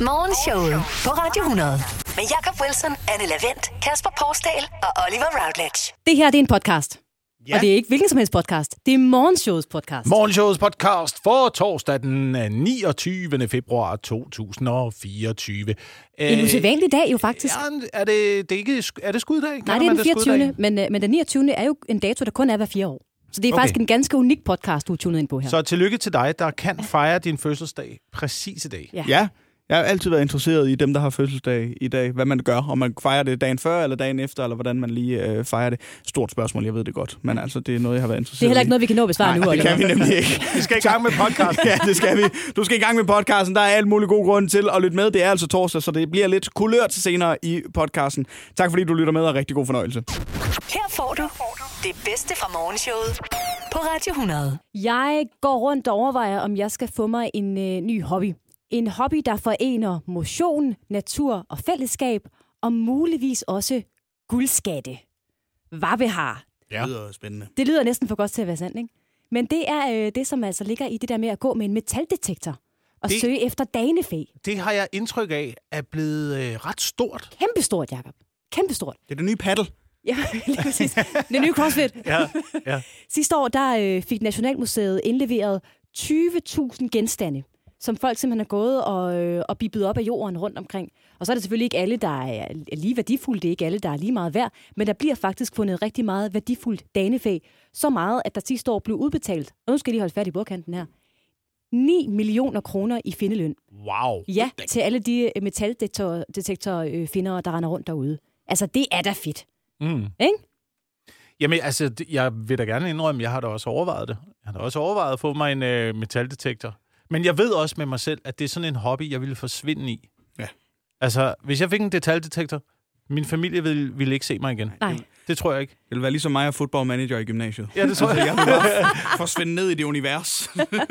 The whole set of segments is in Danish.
Morgenshowet på Radio 100. Med Jakob Wilson, Anne Lavent, Kasper Porsdal og Oliver Routledge. Det her, det er en podcast. Ja. Og det er ikke hvilken som helst podcast. Det er Morgenshowets podcast. Morgenshowets podcast for torsdag den 29. februar 2024. En usædvanlig dag jo faktisk. Ja, er det skuddag? Nej, det er den 24. Men den 29. er jo en dato, der kun er hver 4 år. Så det er faktisk en ganske unik podcast, du er tunet ind på her. Så tillykke til dig, der kan fejre din fødselsdag præcis i dag. Ja. Jeg har altid været interesseret i dem, der har fødselsdag i dag. Hvad man gør. Om man fejrer det dagen før eller dagen efter, eller hvordan man lige fejrer det. Stort spørgsmål, jeg ved det godt. Men altså, det er noget, jeg har været interesseret i. Det er heller ikke noget, vi kan nå at besvare nu, Oliver. Det kan vi nemlig ikke. Vi skal i gang med podcasten. Ja, det skal vi. Du skal i gang med podcasten. Der er alt muligt god grund til at lytte med. Det er altså torsdag, så det bliver lidt kulørt senere i podcasten. Tak fordi du lytter med, og rigtig god fornøjelse. Her får du det bedste fra Morgenshowet på Radio 100. Jeg går rundt og overvejer, om jeg skal få mig en ny hobby. En hobby, der forener motion, natur og fællesskab, og muligvis også guldskatte. Hvad vi har. Ja. Det lyder spændende. Det lyder næsten for godt til at være sandt, ikke? Men det er det, som altså ligger i det der med at gå med en metaldetektor og søge efter danefæ. Det har jeg indtryk af er blevet ret stort. Kæmpestort, Jacob. Kæmpestort. Det er det nye paddle. Ja, lige præcis. Det nye CrossFit. Ja. Sidste år, der fik Nationalmuseet indleveret 20.000 genstande, som folk simpelthen har gået og bippet op af jorden rundt omkring. Og så er det selvfølgelig ikke alle, der er lige værdifulde. Det er ikke alle, der er lige meget værd. Men der bliver faktisk fundet rigtig meget værdifuldt danefæ. Så meget, at der sidste år blev udbetalt. Og nu skal jeg lige holde fat i bordkanten her. 9 millioner kroner i findeløn. Wow. Ja, til alle de metaldetektorfindere, der render rundt derude. Altså, det er da fedt. Ikke? Jamen, altså, jeg vil da gerne indrømme, jeg har da også overvejet det. Jeg har da også overvejet at få mig en metaldetektor. Men jeg ved også med mig selv, at det er sådan en hobby, jeg ville forsvinde i. Ja. Altså, hvis jeg fik en metaldetektor, min familie ville ikke se mig igen. Nej. Det tror jeg ikke. Det vil være ligesom mig og fodboldmanager i gymnasiet. Ja, det tror jeg. Jeg vil bare forsvinde ned i det univers.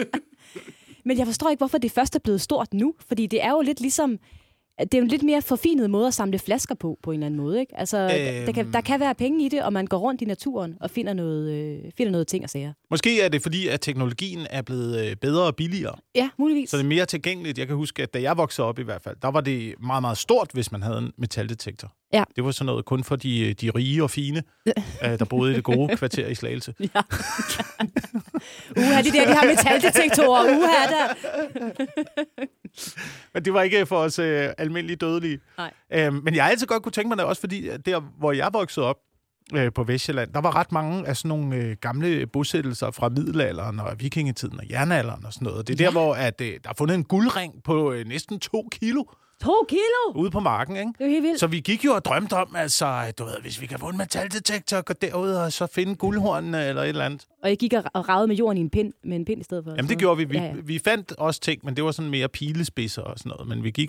Men jeg forstår ikke, hvorfor det først er blevet stort nu. Fordi det er jo lidt ligesom... Det er jo en lidt mere forfinet måde at samle flasker på en eller anden måde, ikke? Altså, der kan være penge i det, og man går rundt i naturen og finder noget ting og sager. Måske er det fordi, at teknologien er blevet bedre og billigere. Ja, muligvis. Så det er mere tilgængeligt. Jeg kan huske, at da jeg voksede op i hvert fald, der var det meget, meget stort, hvis man havde en metaldetektor. Ja. Det var sådan noget kun for de rige og fine, der boede i det gode kvarter i Slagelse. Ja. De har metaldetektorer. Der. Men det var ikke for os almindelige dødelige. Nej. Men jeg har altid godt kunne tænke mig det også, fordi der, hvor jeg voksede op på Vestjylland, der var ret mange af sådan nogle gamle bosættelser fra middelalderen og vikingetiden og jernalderen og sådan noget. Det er der, hvor at, der er fundet en guldring på næsten 2 kilo. 2 kilo? Ude på marken, ikke? Det er helt vildt. Så vi gik jo og drømte om, altså, du ved, hvis vi kan få en metaldetektor, gå derud og så finde guldhornene eller et eller andet. Og jeg gik og ragede med jorden med en pind i stedet for. Jamen, det gjorde vi. Vi fandt også ting, men det var sådan mere pilespidser og sådan noget. Men vi gik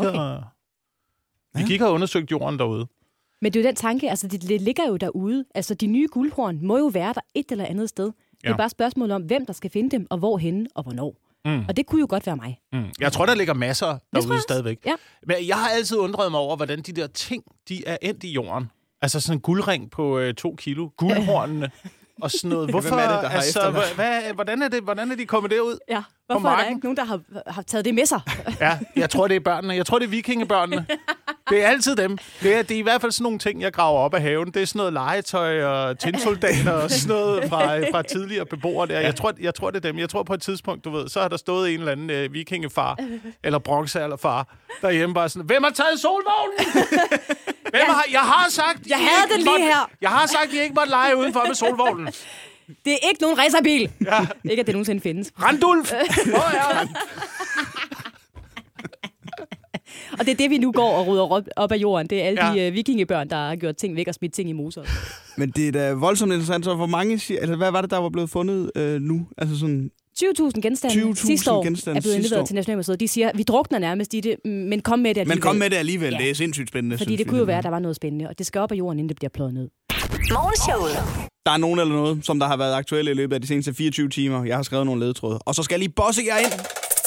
og undersøgte jorden derude. Men det er jo den tanke, altså det ligger jo derude. Altså de nye guldhorn må jo være der et eller andet sted. Det er bare et spørgsmål om, hvem der skal finde dem, og hvorhenne, og hvornår. Og det kunne jo godt være mig. Jeg tror, der ligger masser derude stadigvæk. Ja. Men jeg har altid undret mig over, hvordan de der ting, de er endt i jorden. Altså sådan en guldring på 2 kilo. Guldhornene og sådan noget. Hvorfor? Hvem er det, der har hvordan er de kommet derud? Ja, hvorfor er der ikke nogen, der har taget det med sig? Ja, jeg tror, det er børnene. Jeg tror, det er vikingebørnene. Det er altid dem. Det er i hvert fald sådan nogle ting, jeg graver op af haven. Det er sådan noget legetøj og tinsoldater og sådan noget fra tidligere beboere der. Jeg tror, det er dem. Jeg tror på et tidspunkt, du ved, så har der stået en eller anden vikingefar eller bronzealderfar derhjemme bare sådan, hvem har taget solvognen? Jeg har sagt... Jeg havde det lige her. Jeg har sagt, at I ikke måtte lege udenfor med solvognen. Det er ikke nogen racerbil. Ja. Ikke, at det nogensinde findes. Randulf! Og det er det, vi nu går og rydder op af jorden. Det er alle de vikingebørn, der har gjort ting væk og smidt ting i moser. Men det er da voldsomt interessant, så hvor mange... Altså, hvad var det, der var blevet fundet nu? Altså sådan... 20.000 genstande sidste år er blevet indleveret til Nationalmuseet. De siger, vi drukner nærmest i det, men kom med det alligevel. Men kom med det alligevel, det er sindssygt spændende. Fordi det kunne jo være, at der var noget spændende, og det skal op af jorden, inden det bliver pløjet ned. Morgenshowet. Der er nogen eller noget, som der har været aktuelle i løbet af de seneste 24 timer. Jeg har skrevet nogle ledetråde. Og så skal jeg lige bosse jer ind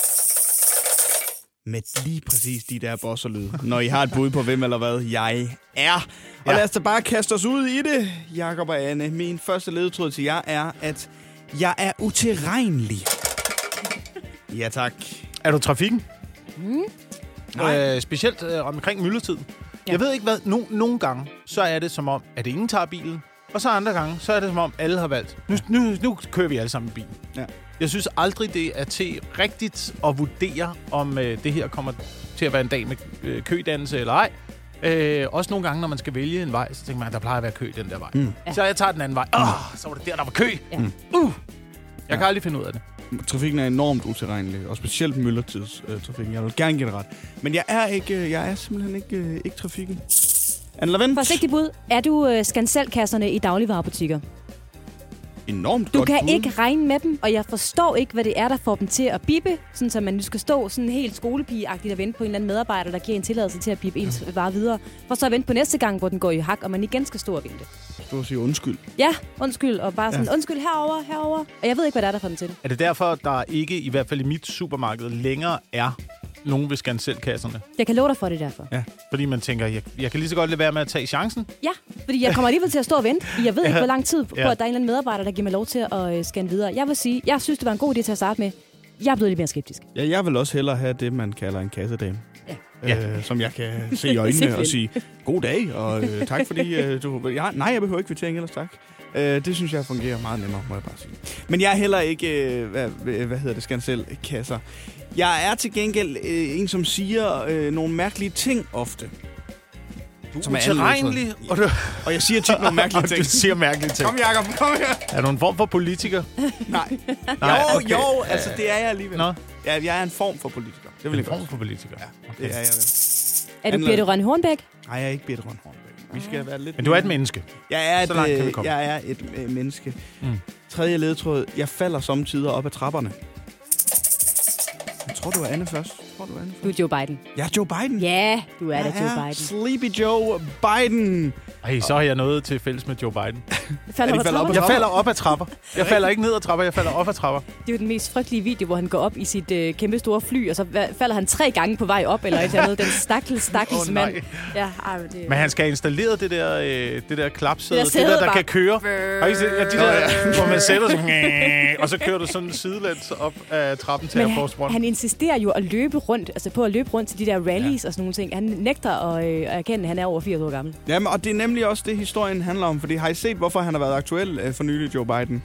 med lige præcis de der bosserlyde, når I har et bud på, hvem eller hvad jeg er. Og lad os da bare kaste os ud i det, Jakob og Anne. Min første ledetråd til jer er, at jeg er utilregnelig. Ja, tak. Er du trafikken? Specielt omkring myldretiden. Ja. Jeg ved ikke hvad, nogle gange, så er det som om, at ingen tager bilen, og så andre gange, så er det som om, alle har valgt. Nu kører vi alle sammen i bilen. Ja. Jeg synes aldrig, det er til rigtigt at vurdere, om det her kommer til at være en dag med kødannelse eller ej. Også nogle gange, når man skal vælge en vej, så tænker man, at der plejer at være kø den der vej. Ja. Så jeg tager den anden vej. Så var det der var kø. Ja. Jeg kan aldrig finde ud af det. Trafikken er enormt utilregnelig, og specielt myldretidstrafikken. Jeg vil gerne give det ret. Men jeg er simpelthen ikke trafikken. Anne Lavent. Forsigtig bud. Er du skanselkasserne i dagligvarebutikker? Enormt Du godt kan bud. ikke regne med dem, og jeg forstår ikke, hvad det er, der får dem til at bippe, sådan så man nu skal stå sådan helt skolepigeagtigt og vente på en eller anden medarbejder, der giver en tilladelse til at bippe ens varer videre, for så at vente på næste gang, hvor den går i hak, og man igen skal stå og vente. Du vil sige undskyld. Ja, undskyld, og bare sådan, undskyld herover. Og jeg ved ikke, hvad det er, der får den til det. Er det derfor, der ikke, i hvert fald i mit supermarked, længere er nogen ved skanselkasserne? Jeg kan love dig for det derfor. Ja. Fordi man tænker, jeg kan lige så godt lade være med at tage chancen. Ja, fordi jeg kommer alligevel til at stå og vente. Jeg ved ikke, hvor lang tid på, Ja. at der er en eller anden medarbejder, der giver mig lov til at scanne videre. Jeg vil sige, jeg synes, det var en god idé til at starte med. Jeg er blevet lidt mere skeptisk. Ja, jeg vil også hellere have det, man kalder en kassedame. Ja. Som jeg kan se i øjnene og sige, god dag, og tak fordi du... Nej, jeg behøver ikke kvittering, ellers tak. Det synes jeg fungerer meget nemmere, må jeg bare sige. Men jeg er heller ikke, hvad hedder det, skanselkasser. Jeg er til gengæld en, som siger nogle mærkelige ting ofte. Som er Utilregnelig. Og jeg siger tit nogle mærkelige ting. Du siger mærkelige ting. Kom, Jacob, kom her. Er du en form for politiker? Nej. Nej, Jo, okay. jo, altså det er jeg alligevel. Nå. Ja, jeg er en form for politiker. Det vil En jeg godt. form for politiker. Ja, det er jeg vel. Er du Birthe Rønne Hornbæk? Nej, jeg er ikke Birthe Rønne Hornbæk. Vi skal være lidt... Men du er et menneske. Jeg Så langt kan vi er komme. jeg er et menneske. Tredje ledetråd. Jeg falder sommetider op ad trapperne. Jeg tror, du er Anne først. Du er Joe Biden. Jeg er Joe Biden. Ja, du er da Jeg Joe er Biden. Sleepy Joe Biden. Ej, så har jeg noget til fælles med Joe Biden. Falder de falder op ad Jeg falder op ad trapper. Jeg falder ikke ned ad trapper, jeg falder op ad trapper. Det er jo den mest frygtelige video, hvor han går op i sit kæmpe store fly, og så falder han 3 gange på vej op, eller et eller andet. Den stakkels Åh, nej. mand. Ja, det... Men han skal have installeret det der klapsæde, Det der det der bare- kan køre. Har I set? Ja, de der, hvor man sætter sig, og så kører du sådan sidelæns op ad trappen til Air Men Force One. han insisterer jo at løbe rundt, altså på at løbe rundt til de der rallies og sådan nogle ting. Han nægter at erkende, at han er over 80 år gammel. Jamen, og det er nemlig også det, historien handler om. Fordi har I set, hvorfor han har været aktuel for nylig, Joe Biden?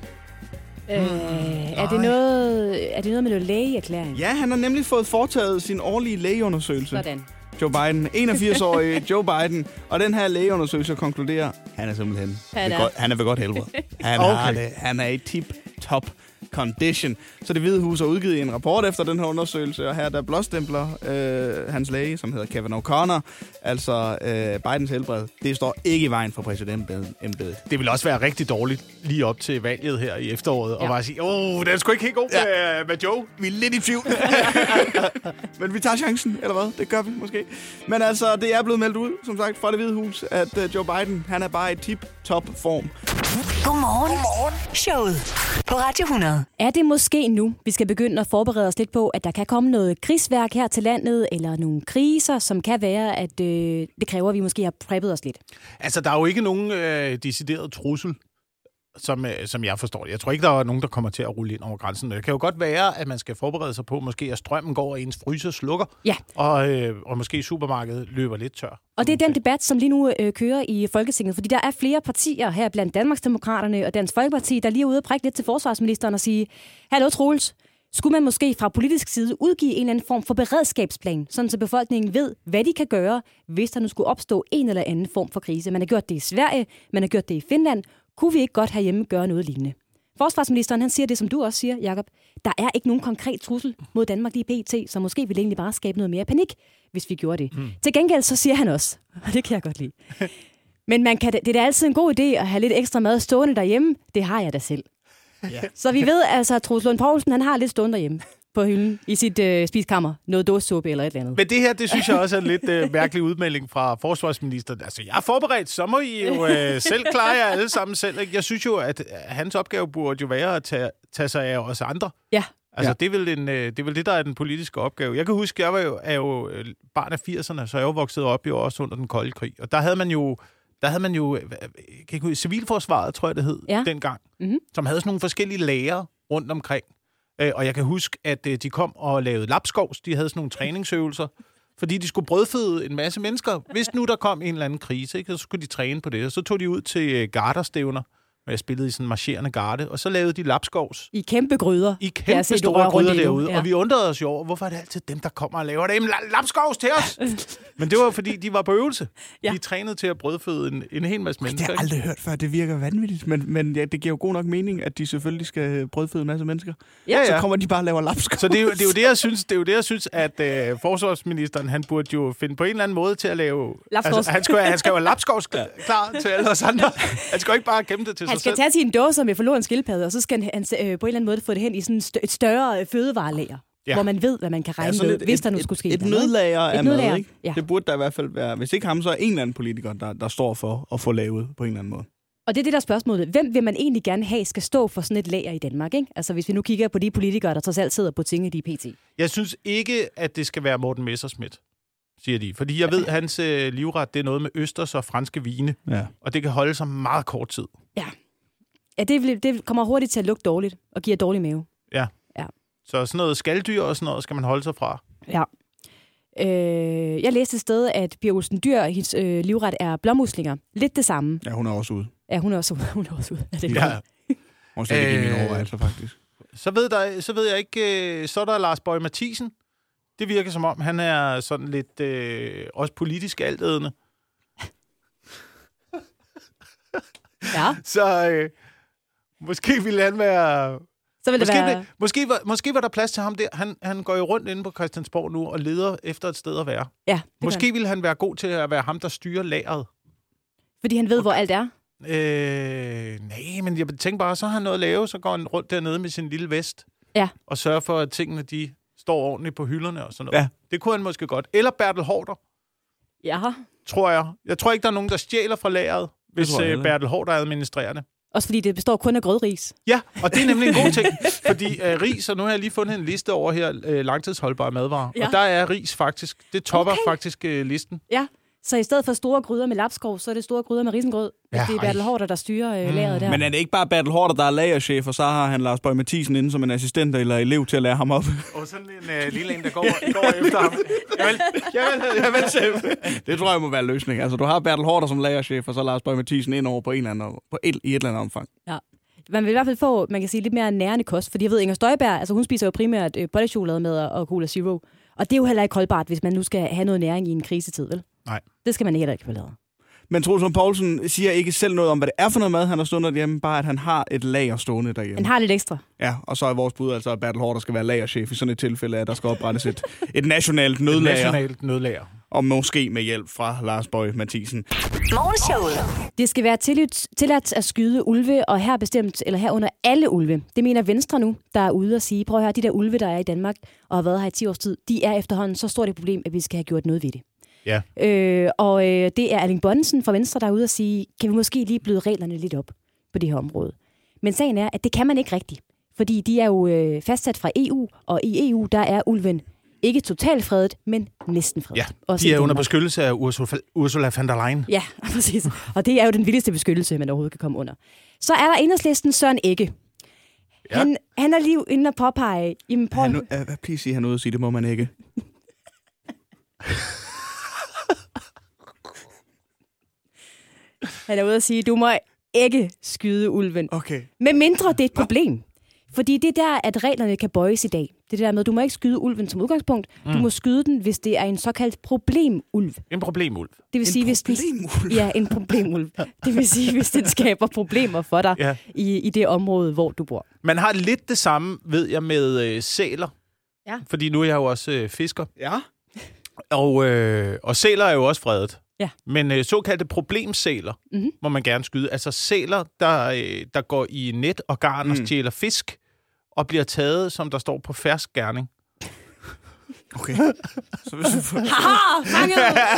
Er det noget med noget lægeerklæring? Ja, han har nemlig fået foretaget sin årlige lægeundersøgelse. Sådan. Joe Biden, 81-årig Joe Biden. Og den her lægeundersøgelse konkluderer, han er simpelthen han er ved godt helbred. Han er i tip-top condition. Så Det Hvide Hus har udgivet en rapport efter den her undersøgelse, og her der blåstempler hans læge, som hedder Kevin O'Connor, altså Bidens helbred. Det står ikke i vejen for præsidentembedet. Det vil også være rigtig dårligt lige op til valget her i efteråret, og bare sige, den er sgu ikke helt god med Joe. Vi er lidt i tvivl. Men vi tager chancen, eller hvad? Det gør vi måske. Men altså, det er blevet meldt ud, som sagt, fra Det Hvide Hus, at Joe Biden, han er bare i tip-top form. Godmorgen. Showet på Radio 100. Er det måske nu, vi skal begynde at forberede os lidt på, at der kan komme noget krigsværk her til landet, eller nogle kriser, som kan være, at det kræver, at vi måske har preppet os lidt? Altså, der er jo ikke nogen decideret trussel, som jeg forstår det. Jeg tror ikke, der er nogen, der kommer til at rulle ind over grænsen. Det kan jo godt være, at man skal forberede sig på, måske at strømmen går, og ens fryser slukker, Ja. og måske supermarkedet løber lidt tør. Og det er den debat, som lige nu kører i Folketinget, fordi der er flere partier her blandt Danmarksdemokraterne og Dansk Folkeparti, der lige er ude og prikke lidt til forsvarsministeren og sige, hallo Troels, skulle man måske fra politisk side udgive en eller anden form for beredskabsplan, sådan så befolkningen ved, hvad de kan gøre, hvis der nu skulle opstå en eller anden form for krise. Man har gjort det i Sverige, man har gjort det i Finland. Kunne vi ikke godt herhjemme gøre noget lignende? Forsvarsministeren han siger det, som du også siger, Jacob. Der er ikke nogen konkret trussel mod Danmark lige pt., så måske ville det egentlig bare skabe noget mere panik, hvis vi gjorde det. Til gengæld så siger han også, og det kan jeg godt lide, men det er da altid en god idé at have lidt ekstra mad stående derhjemme. Det har jeg da selv. Ja. Så vi ved altså, at Troels Lund Poulsen han har lidt stående derhjemme på hylden i sit spiskammer. Noget dåsesuppe eller et eller andet. Men det her, det synes jeg også er en lidt mærkelig udmelding fra forsvarsministeren. Altså, jeg er forberedt, så må I jo selv klare jer alle sammen selv. Ikke? Jeg synes jo, at hans opgave burde jo være at tage sig af os andre. Ja. Altså, det er vel det, der er den politiske opgave. Jeg kan huske, jeg er jo barn af 80'erne, så jeg er jo vokset op jo også under den kolde krig. Og der havde man jo civilforsvaret, tror jeg det hed, dengang, som havde sådan nogle forskellige lagre rundt omkring. Og jeg kan huske, at de kom og lavede lapskovs. De havde sådan nogle træningsøvelser fordi de skulle brødføde en masse mennesker. Hvis nu der kom en eller anden krise, ikke? Så skulle de træne på det. Og så tog de ud til garderstævner, hvor jeg spillede i sådan en marcherende garde, og så lavede de lapskovs. I kæmpe gryder. I kæmpe store gryder derude. Ja. Og vi undrede os jo over, hvorfor er det altid dem, der kommer og laver det? Lapskovs til os! Men det var, fordi de var på øvelse. Ja. De trænede til at brødføde en hel masse mennesker. Det har jeg aldrig hørt før. Det virker vanvittigt. Men ja, det giver jo god nok mening, at de selvfølgelig skal brødføde en masse mennesker. Ja. Så kommer de bare og laver lapskov. Så det er jo det, jeg synes, at forsvarsministeren, han burde jo finde på en eller anden måde til at lave... Altså, han skal jo have lapskovs klar til alle os andre. Han skal jo ikke bare gemme det til sig selv. Tage sin dåse med forloren skildpadde, og så skal han på en eller anden måde få det hen i sådan et større fødevarelager, hvor man ved, hvad man kan regne med, hvis der nu skulle ske. Et nødlager er med, ikke? Ja. Det burde der i hvert fald være. Hvis ikke ham, så er en eller anden politiker, der står for at få lavet på en eller anden måde. Og det er det, der er spørgsmålet. Hvem vil man egentlig gerne have, skal stå for sådan et lager i Danmark, ikke? Altså, hvis vi nu kigger på de politikere, der trods alt sidder på tinget i PT. Jeg synes ikke, at det skal være Morten Messerschmidt, siger de. Fordi jeg ved, at hans livret, det er noget med østers og franske vine. Ja. Og det kan holde sig meget kort tid. Ja, det kommer hurtigt til at lugte dårligt og giver dårlig mave. Ja. Så sådan noget skaldyr og sådan noget skal man holde sig fra. Ja. Jeg læste et sted, at Pia Olsen Dyhr, hendes livret er blåmuslinger. Lidt det samme. Ja, hun er også ude. Ja, hun er også ude. Ja, det er hun er ikke i mine overvejelser, faktisk. Så ved jeg ikke, så er der Lars Boje Mathiesen. Det virker som om, han er sådan lidt også politisk altædende. Ja. Så måske ville han være... Så vil det være... Måske var der plads til ham der. Han går jo rundt inde på Christiansborg nu og leder efter et sted at være. Ja, måske ville han være god til at være ham, der styrer lageret. Fordi han ved, hvor alt er? Nej, men jeg tænker bare, så har han noget at lave, så går han rundt dernede med sin lille vest. Ja. Og sørger for, at tingene de står ordentligt på hylderne og sådan noget. Ja. Det kunne han måske godt. Eller Bertel Haarder. Ja. Tror jeg. Jeg tror ikke, der er nogen, der stjæler fra lageret, hvis Bertel Haarder administrerer det. Også fordi det består kun af grødris. Ja, og det er nemlig en god ting. Fordi ris, og nu har jeg lige fundet en liste over her, langtidsholdbare madvarer. Ja. Og der er ris faktisk. Det topper faktisk listen. Ja, så i stedet for store gryder med lapskov, så er det store gryder med risengrød. Ja, det er Bertel Haarder, der styrer lageret der. Men er det ikke bare Bertel Haarder, der er lagerchef, og så har han Lars Boje Mathiesen inde som en assistent eller elev til at lære ham op? Og sådan en lille en, der går efter ham. Jamen, chef. Det tror jeg må være løsning. Altså, du har Bertel Haarder som lagerchef, og så Lars Boje Mathiesen ind over i et eller andet omfang. Ja. Man vil i hvert fald få, man kan sige, lidt mere nærende kost. Fordi jeg ved, Inger Støjberg, altså hun spiser jo primært bollchokolade med og Cola Zero. Og det er jo heller ikke holdbart, hvis man nu skal have noget næring i en krisetid, vel? Nej. Det skal man heller ikke forlade. Men Troels Lund Poulsen siger ikke selv noget om, hvad det er for noget mad, han har stående derhjemme, bare at han har et lager stående derhjemme. Han har lidt ekstra. Ja, og så er vores bud altså, at Bertel Haarder skal være lagerchef i sådan et tilfælde, at der skal oprettes et nationalt nødlager. Et nationalt nødlager. Og måske med hjælp fra Lars Boje Mathiesen. Morgenshowet. Det skal være tilladt at skyde ulve, og her bestemt, eller herunder alle ulve. Det mener Venstre nu, der er ude og sige, prøv at høre, de der ulve, der er i Danmark og har været her i 10 års tid, de er efterhånden så stort et problem, at vi skal have gjort noget ved det. Ja. Det er Erling Bonnesen fra Venstre, der er ude og sige, kan vi måske lige bløde reglerne lidt op på det her område. Men sagen er, at det kan man ikke rigtigt. Fordi de er jo fastsat fra EU, og i EU, der er ulven ikke totalt fredet, men næsten fredet. Ja, også de er under beskyttelse af Ursula von der Leyen. Ja, præcis. Og det er jo den vildeste beskyttelse, man overhovedet kan komme under. Så er der Enhedslisten Søren Egge. Ja. Han er lige inde og påpege... Please sige han ud og sige, det må man ikke. Han er ude og sige, du må ikke skyde ulven. Okay. Med mindre det er et problem. Fordi det er der, at reglerne kan bøjes i dag. Det der med, at du må ikke skyde ulven som udgangspunkt. Du må skyde den, hvis det er en såkaldt problemulv. En problemulv. Det vil sige, hvis den... Ja, en problemulv. Det vil sige, hvis den skaber problemer for dig i det område, hvor du bor. Man har lidt det samme, ved jeg, med sæler. Ja. Fordi nu er jeg jo også fisker. Ja. Og sæler er jo også fredet. Ja. Men såkaldte problemsæler må man gerne skyde. Altså sæler, der går i net og garn og stjæler fisk, og bliver taget, som der står på fersk gerning. Okay. Så hvis du får... Haha! Fanget!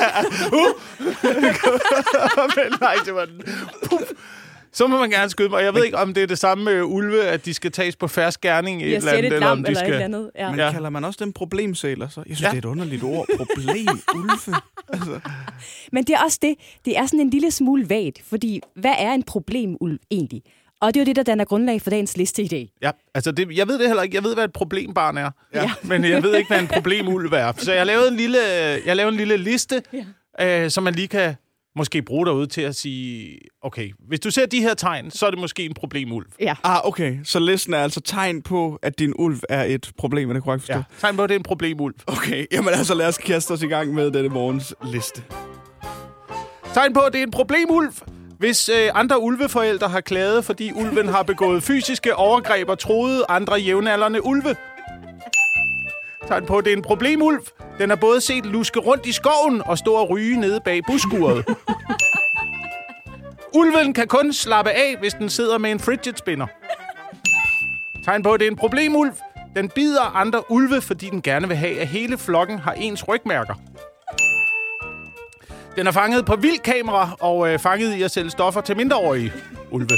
Men nej, det var den. Så må man gerne skyde dem. Og jeg ved ikke, om det er det samme med ulve, at de skal tages på fersk gerning i et eller andet. Eller om de skal... et eller andet. Ja. Men kalder man også dem problemsæler så? Jeg synes, det er et underligt ord. Problemulve. Altså. Men det er også det. Det er sådan en lille smule vagt. Fordi, hvad er en problemulv egentlig? Og det er jo det, der danner grundlag for dagens liste i dag. Ja, altså jeg ved det heller ikke. Jeg ved, hvad et problembarn er. Ja. Men jeg ved ikke, hvad en problemulv er. Så jeg lavede en lille liste, som man lige kan måske bruge derude til at sige, okay, hvis du ser de her tegn, så er det måske en problemulv. Ja. Okay. Så listen er altså tegn på, at din ulv er et problem. Er det korrekt forstået? Ja, tegn på, at det er en problemulv. Okay, jamen altså lad os kaste os i gang med denne morgens liste. Tegn på, at det er en problemulv. Hvis andre ulveforældre har klaget, fordi ulven har begået fysiske overgreb og troet andre jævnaldrende ulve. Tegn på, at det er en problemulv. Den har både set luske rundt i skoven og stå og ryge nede bag busskuret. Ulven kan kun slappe af, hvis den sidder med en fidget spinner. Tegn på, at det er en problemulv. Den bider andre ulve, fordi den gerne vil have, at hele flokken har ens rygmærker. Den er fanget på vildkamera og fanget i at sælge stoffer til mindreårige ulve.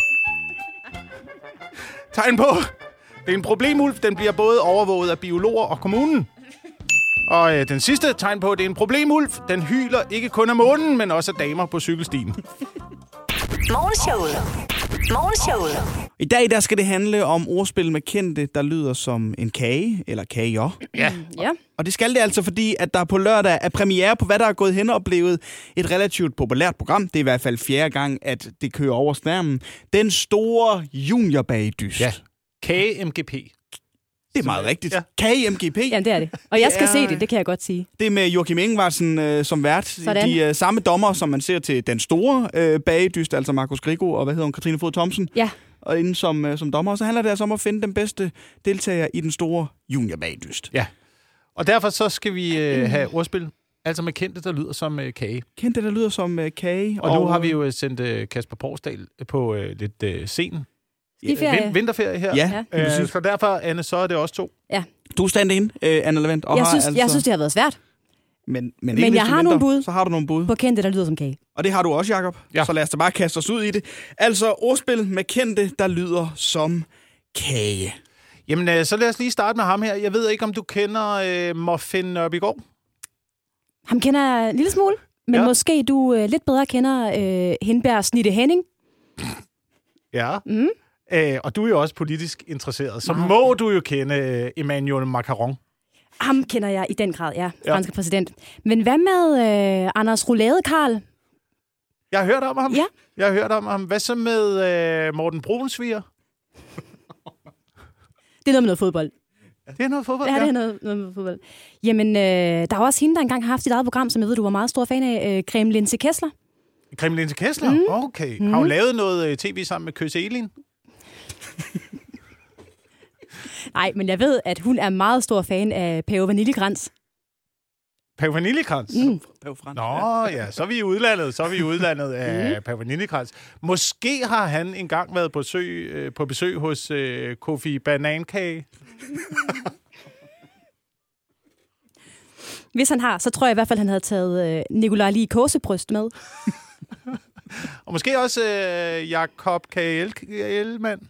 Tegn på, det er en problemulv. Den bliver både overvåget af biologer og kommunen. Og den sidste tegn på, det er en problemulv. Den hyler ikke kun af månen, men også af damer på cykelstien. Morgenshowet. I dag der skal det handle om ordspil med kendte, der lyder som en kage eller kager. Ja. Og det skal det altså, fordi at der på lørdag er premiere på, hvad der er gået hen og blevet et relativt populært program. Det er i hvert fald 4. gang, at det kører over skærmen. Den store juniorbagdyst. Ja. KMGP. Det er meget rigtigt. Ja. KMGP. Ja, det er det. Og jeg skal se det kan jeg godt sige. Det er med Joachim Ingvartsen som vært. Sådan. De samme dommer, som man ser til den store bagedyst, altså Markus Grigo og hvad hedder hun, Katrine Fod Thomsen. Ja. Og inden som dommer. Og så handler det altså om at finde den bedste deltager i den store juniorbagdyst. Ja. Og derfor så skal vi have ordspil, altså med kendte, der lyder som kage. Kendte, der lyder som kage. Og nu har vi jo sendt Kasper Porsdal på lidt sen vinterferie her. Ja. Så derfor, Anne, så er det også 2. Ja. Du er stand-in, Anne Levent. Og jeg synes, det har været svært. Men jeg har nogle bud. Så har du nogle bud. På kendte, der lyder som kage. Og det har du også, Jacob. Ja. Så lad os da bare kaste os ud i det. Altså ordspil med kendte, der lyder som kage. Jamen, så lad os lige starte med ham her. Jeg ved ikke, om du kender Muffin Nørbegaard? Ham kender jeg en lille smule, men måske du lidt bedre kender Hindberg Snitte Henning. Ja. Mm. Og du er jo også politisk interesseret, så må du jo kende Emmanuel Macron. Ham kender jeg i den grad, franske præsident. Men hvad med Anders Roulade Karl? Jeg har hørt om ham. Ja. Jeg har hørt om ham. Hvad så med Morten Brunsviger? Det er noget med noget fodbold. Det er noget fodbold, ja. Det er noget med fodbold. Jamen, der er også hende, der engang har haft sit eget program, som jeg ved, du var meget stor fan af, Kremlinse Kessler. Kremlinse Kessler? Mm. Okay. Har hun lavet noget tv sammen med Køs Elin? Nej, men jeg ved, at hun er meget stor fan af Pave Vanillekrans. Pave Vanillekrans? Mm. Nå ja, så er vi i udlandet af Pave Vanillekrans. Måske har han engang været på besøg hos Kofi Banankage. Hvis han har, så tror jeg i hvert fald, han havde taget Nikolaj Lie Kåsebryst med. Og måske også Jakob K. Ellemann.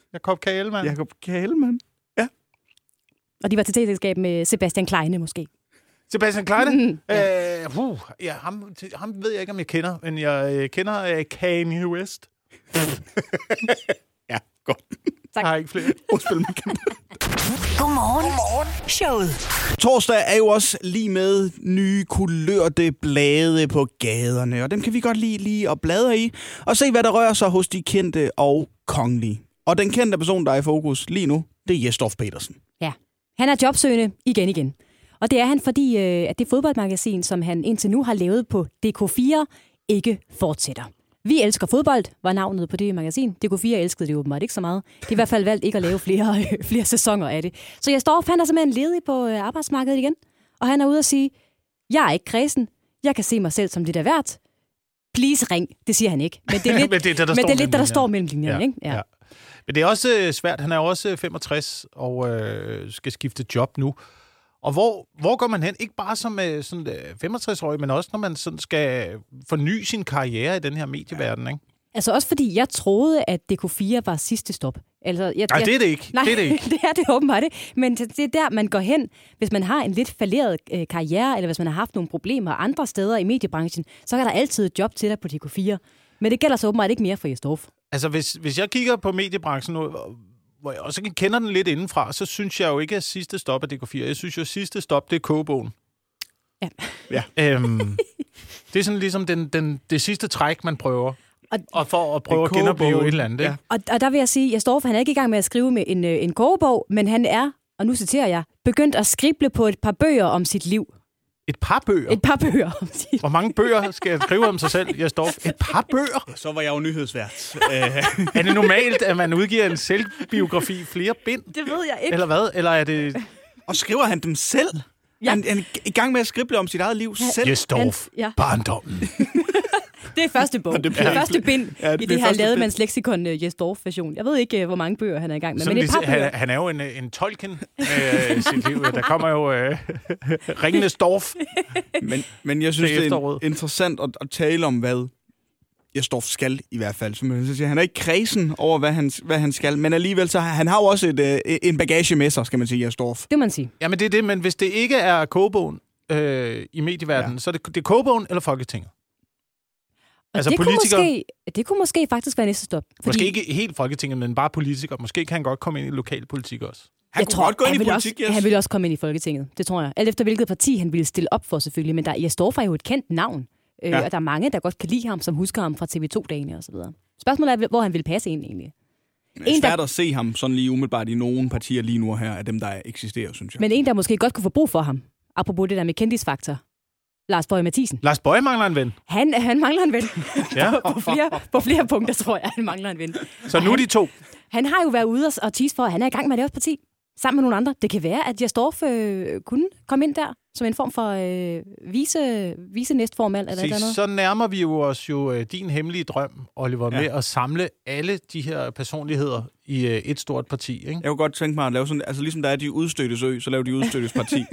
Ja. Og de var til selskab med Sebastian Kleine, måske. Sebastian Kleine? Mm, ja. Ham ved jeg ikke, om jeg kender, men jeg kender Kanye West. Ja, godt. Tak. Har ikke flere. Godmorgen. Showet. Torsdag er jo også lige med nye kulørte blade på gaderne, og dem kan vi godt lige at bladre i, og se, hvad der rører sig hos de kendte og kongelige. Og den kendte person, der er i fokus lige nu, det er Jesdorf Petersen. Ja, han er jobsøgende igen. Og det er han, fordi at det fodboldmagasin, som han indtil nu har lavet på DK4, ikke fortsætter. Vi elsker fodbold, var navnet på det magasin. DK4 elskede det åbenbart ikke så meget. Det er i hvert fald valgt ikke at lave flere sæsoner af det. Så Jesdorf, han er simpelthen ledig på arbejdsmarkedet igen. Og han er ude at sige, jeg er ikke kræsen. Jeg kan se mig selv som det der værd. Please ring. Det siger han ikke. Men det er lidt, der står mellem linjerne. Ikke? Ja. Men det er også svært. Han er også 65 og skal skifte job nu. Og hvor går man hen? Ikke bare som sådan 65-årig, men også når man sådan skal forny sin karriere i den her medieverden, ikke? Altså også fordi jeg troede, at DK4 var sidste stop. Altså, Nej, det er det ikke. Nej, det er det ikke. Det er det åbenbart ikke. Men det er der, man går hen, hvis man har en lidt falderet karriere, eller hvis man har haft nogle problemer andre steder i mediebranchen, så er der altid et job til dig på DK4. Men det gælder så åbenbart ikke mere for Jesdorf. Altså, hvis jeg kigger på mediebranchen nu, hvor jeg også kender den lidt indenfra, så synes jeg jo ikke, at sidste stop er DK4. Jeg synes jo, at sidste stop, det er Kogebogen. Ja. Det er sådan ligesom det sidste træk, man prøver. Og for at prøve at genopleve et eller andet. Ja. Og der vil jeg sige, at han er ikke i gang med at skrive med en kogebog, men han er, og nu citerer jeg, begyndt at skrible på et par bøger om sit liv. Et par bøger? Et par bøger om sit liv. Hvor mange bøger skal jeg skrive om sig selv, Jesdorf? Et par bøger? Så var jeg jo nyhedsvært. Er det normalt, at man udgiver en selvbiografi flere bind? Det ved jeg ikke. Eller hvad? Eller er det... Og skriver han dem selv? Ja. Han er i gang med at skrible om sit eget liv selv. Jesdorf, barndommen. Det er første bog. Det er første bind i det her Lademands leksikon Jesdorf-version. Jeg ved ikke, hvor mange bøger han er i gang med, men et par bøger. Han er jo en Tolkien sit liv. Der kommer jo Ringenes Dorf. Men jeg synes, det er interessant at tale om, hvad Jesdorf skal i hvert fald. Som jeg siger, han er ikke kredsen over, hvad han skal, men alligevel så han har jo også en bagage med sig, skal man sige, Jesdorf. Det må man sige. Jamen det er det, men hvis det ikke er kogebogen i medieverdenen, så er det kogebogen eller Folketinget. Altså det kunne måske faktisk være næste stop. Fordi måske ikke helt Folketinget, men bare politikere. Måske kan han godt komme ind i lokalpolitik også. Han ville også komme ind i Folketinget, det tror jeg. Alt efter hvilket parti han ville stille op for selvfølgelig, men Jesdorf er jo et kendt navn. Og der er mange, der godt kan lide ham, som husker ham fra TV2-dagene og så videre. Spørgsmålet er, hvor han vil passe ind egentlig. Det er svært at se ham sådan lige umiddelbart i nogle partier lige nu her, af dem, der eksisterer, synes jeg. Men en, der måske godt kunne få brug for ham, apropos det der med kendisfaktor. Lars Boje Mathiesen. Lars Boje mangler en ven. Han mangler en ven. Ja. på flere punkter, tror jeg, han mangler en ven. Så nu er de to. Han har jo været ude og tease for, at han er i gang med at lave et parti. Sammen med nogle andre. Det kan være, at Jesdorf kunne komme ind der, som en form for vice næstformand. Eller noget. Så nærmer vi jo os din hemmelige drøm, Oliver, med at samle alle de her personligheder i et stort parti. Ikke? Jeg kunne godt tænke mig at lave sådan, altså ligesom der er de udstødtes ø, så laver de udstødtes parti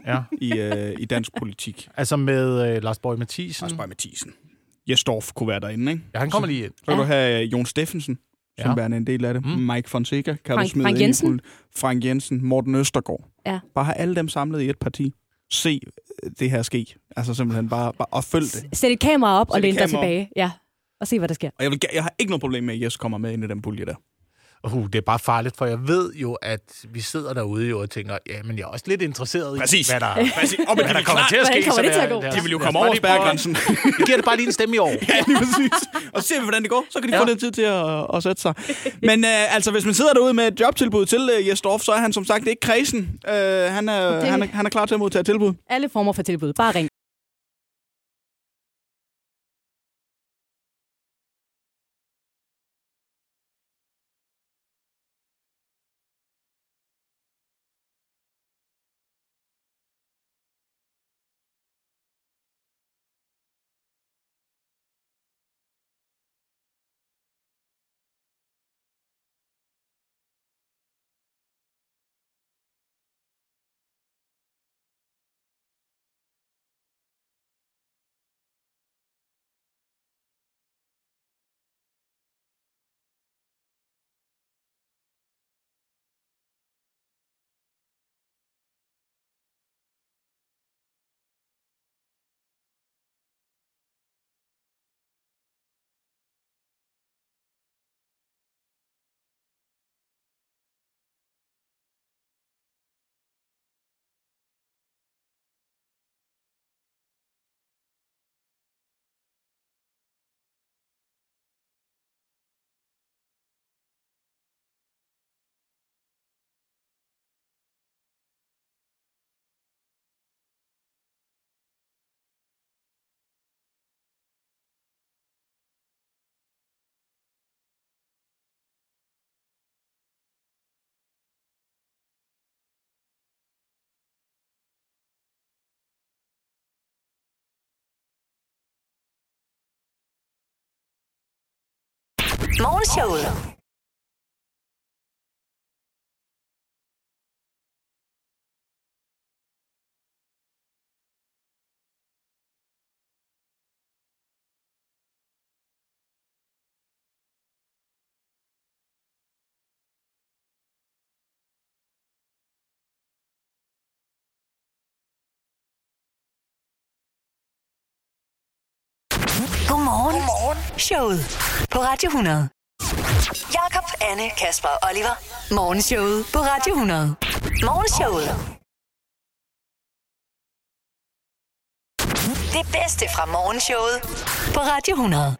i dansk politik. Altså med Lars Boje Mathiesen. Lars Boje Mathiesen. Jesdorf kunne være derinde, ikke? Ja, han kommer lige ind. Så kan du have Jon Steffensen, som værende en del af det. Mike Fonseca, kan du smide Frank Jensen. ind. Frank Jensen, Morten Østergaard. Ja. Bare have alle dem samlet i et parti. Se det her ske. Altså simpelthen bare og følg det. Sæt et kamera op og læn dig tilbage. Ja. Og se, hvad der sker. Og jeg har ikke noget problem med, at Jes kommer med ind i den pulje der. Det er bare farligt, for jeg ved jo, at vi sidder derude og tænker, ja, men jeg er også lidt interesseret i, hvad der kommer til at ske. De vil jo komme over spærregrænsen. Vi giver det bare lige en stemme i år. Ja, lige præcis. Og så ser vi, hvordan det går. Så kan de få lidt tid til at sætte sig. Men altså, hvis man sidder derude med et jobtilbud til Jesdorf, så er han som sagt ikke kredsen. Han er klar til at modtage tilbud. Alle former for tilbud. Bare ring. Morgenshowet. Godmorgen. Showet på Radio 100. Jakob, Anne, Kasper og Oliver. Morgenshowet på Radio 100. Morgenshowet. Det bedste fra morgenshowet på Radio 100.